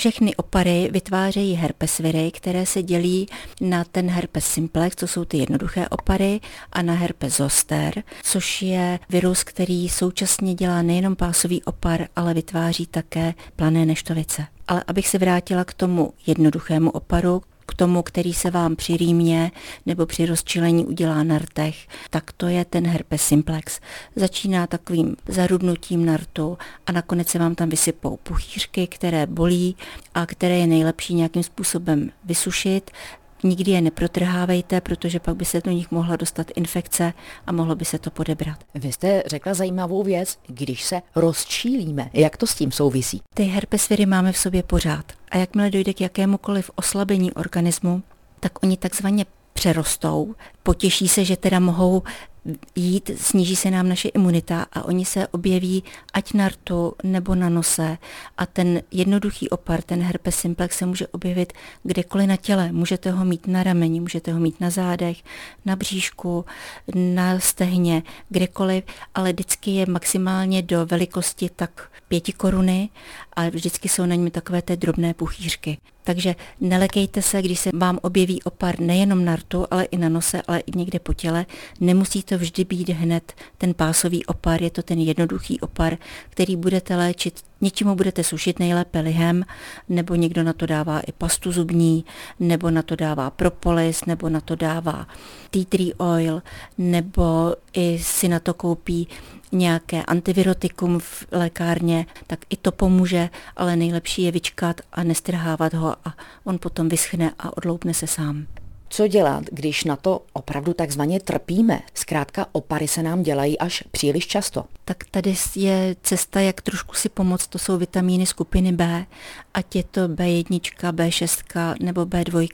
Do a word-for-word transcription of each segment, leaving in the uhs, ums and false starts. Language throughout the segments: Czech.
Všechny opary vytvářejí herpesviry, které se dělí na ten herpes simplex, to jsou ty jednoduché opary, a na herpes zoster, což je virus, který současně dělá nejenom pásový opar, ale vytváří také plané neštovice. Ale abych se vrátila k tomu jednoduchému oparu, k tomu, který se vám při rýmě nebo při rozčilení udělá na rtech, tak to je ten herpes simplex. Začíná takovým zarudnutím na rtu a nakonec se vám tam vysypou puchýřky, které bolí a které je nejlepší nějakým způsobem vysušit. Nikdy je neprotrhávejte, protože pak by se do nich mohla dostat infekce a mohlo by se to podebrat. Vy jste řekla zajímavou věc, když se rozčílíme. Jak to s tím souvisí? Ty herpesviry máme v sobě pořád. A jakmile dojde k jakémukoliv oslabení organismu, tak oni takzvaně přerostou. Potěší se, že teda mohou jít, sníží se nám naše imunita a oni se objeví ať na rtu nebo na nose a ten jednoduchý opar, ten herpes simplex se může objevit kdekoliv na těle. Můžete ho mít na rameni, můžete ho mít na zádech, na bříšku, na stehně, kdekoliv, ale vždycky je maximálně do velikosti tak pěti koruny a vždycky jsou na něm takové té drobné puchýřky. Takže nelekejte se, když se vám objeví opar nejenom na rtu, ale i na nose, ale i někde po těle. Nemusí to vždy být hned ten pásový opar, je to ten jednoduchý opar, který budete léčit, něčemu budete sušit nejlépe lihem, nebo někdo na to dává i pastu zubní, nebo na to dává propolis, nebo na to dává tea tree oil, nebo i si na to koupí nějaké antivirotikum v lékárně, tak i to pomůže, ale nejlepší je vyčkat a nestrhávat ho a on potom vyschne a odloupne se sám. Co dělat, když na to opravdu takzvaně trpíme? Zkrátka opary se nám dělají až příliš často. Tak tady je cesta, jak trošku si pomoct, to jsou vitamíny skupiny B, ať je to bé jedna, bé šest nebo bé dva.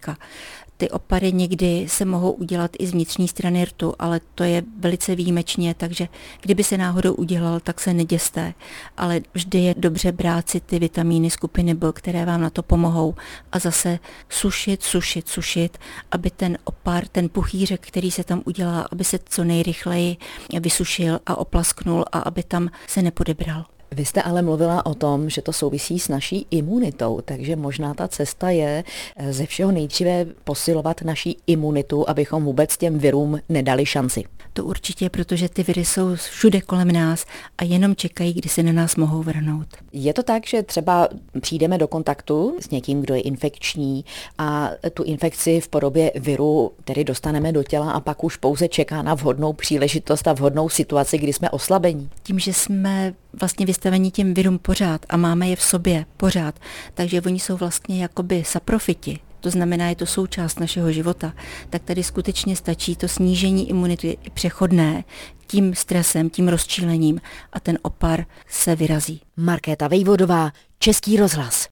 Ty opary někdy se mohou udělat i z vnitřní strany rtu, ale to je velice výjimečně, takže kdyby se náhodou udělal, tak se neděste. Ale vždy je dobře brát si ty vitamíny skupiny B, které vám na to pomohou a zase sušit, sušit, sušit, aby ten opar, ten puchýřek, který se tam udělá, aby se co nejrychleji vysušil a oplasknul a aby tam se nepodebral. Vy jste ale mluvila o tom, že to souvisí s naší imunitou, takže možná ta cesta je ze všeho nejdříve posilovat naší imunitu, abychom vůbec těm virům nedali šanci. To určitě, protože ty viry jsou všude kolem nás a jenom čekají, kdy se na nás mohou vrhnout. Je to tak, že třeba přijdeme do kontaktu s někým, kdo je infekční a tu infekci v podobě viru tedy dostaneme do těla a pak už pouze čeká na vhodnou příležitost a vhodnou situaci, kdy jsme oslabení? Tím, že jsme vlastně vystaveni těm virům pořád a máme je v sobě pořád, takže oni jsou vlastně jakoby saprofiti. To znamená, je to součást našeho života, tak tady skutečně stačí to snížení imunity přechodné tím stresem, tím rozčílením a ten opar se vyrazí. Markéta Vejvodová, Český rozhlas.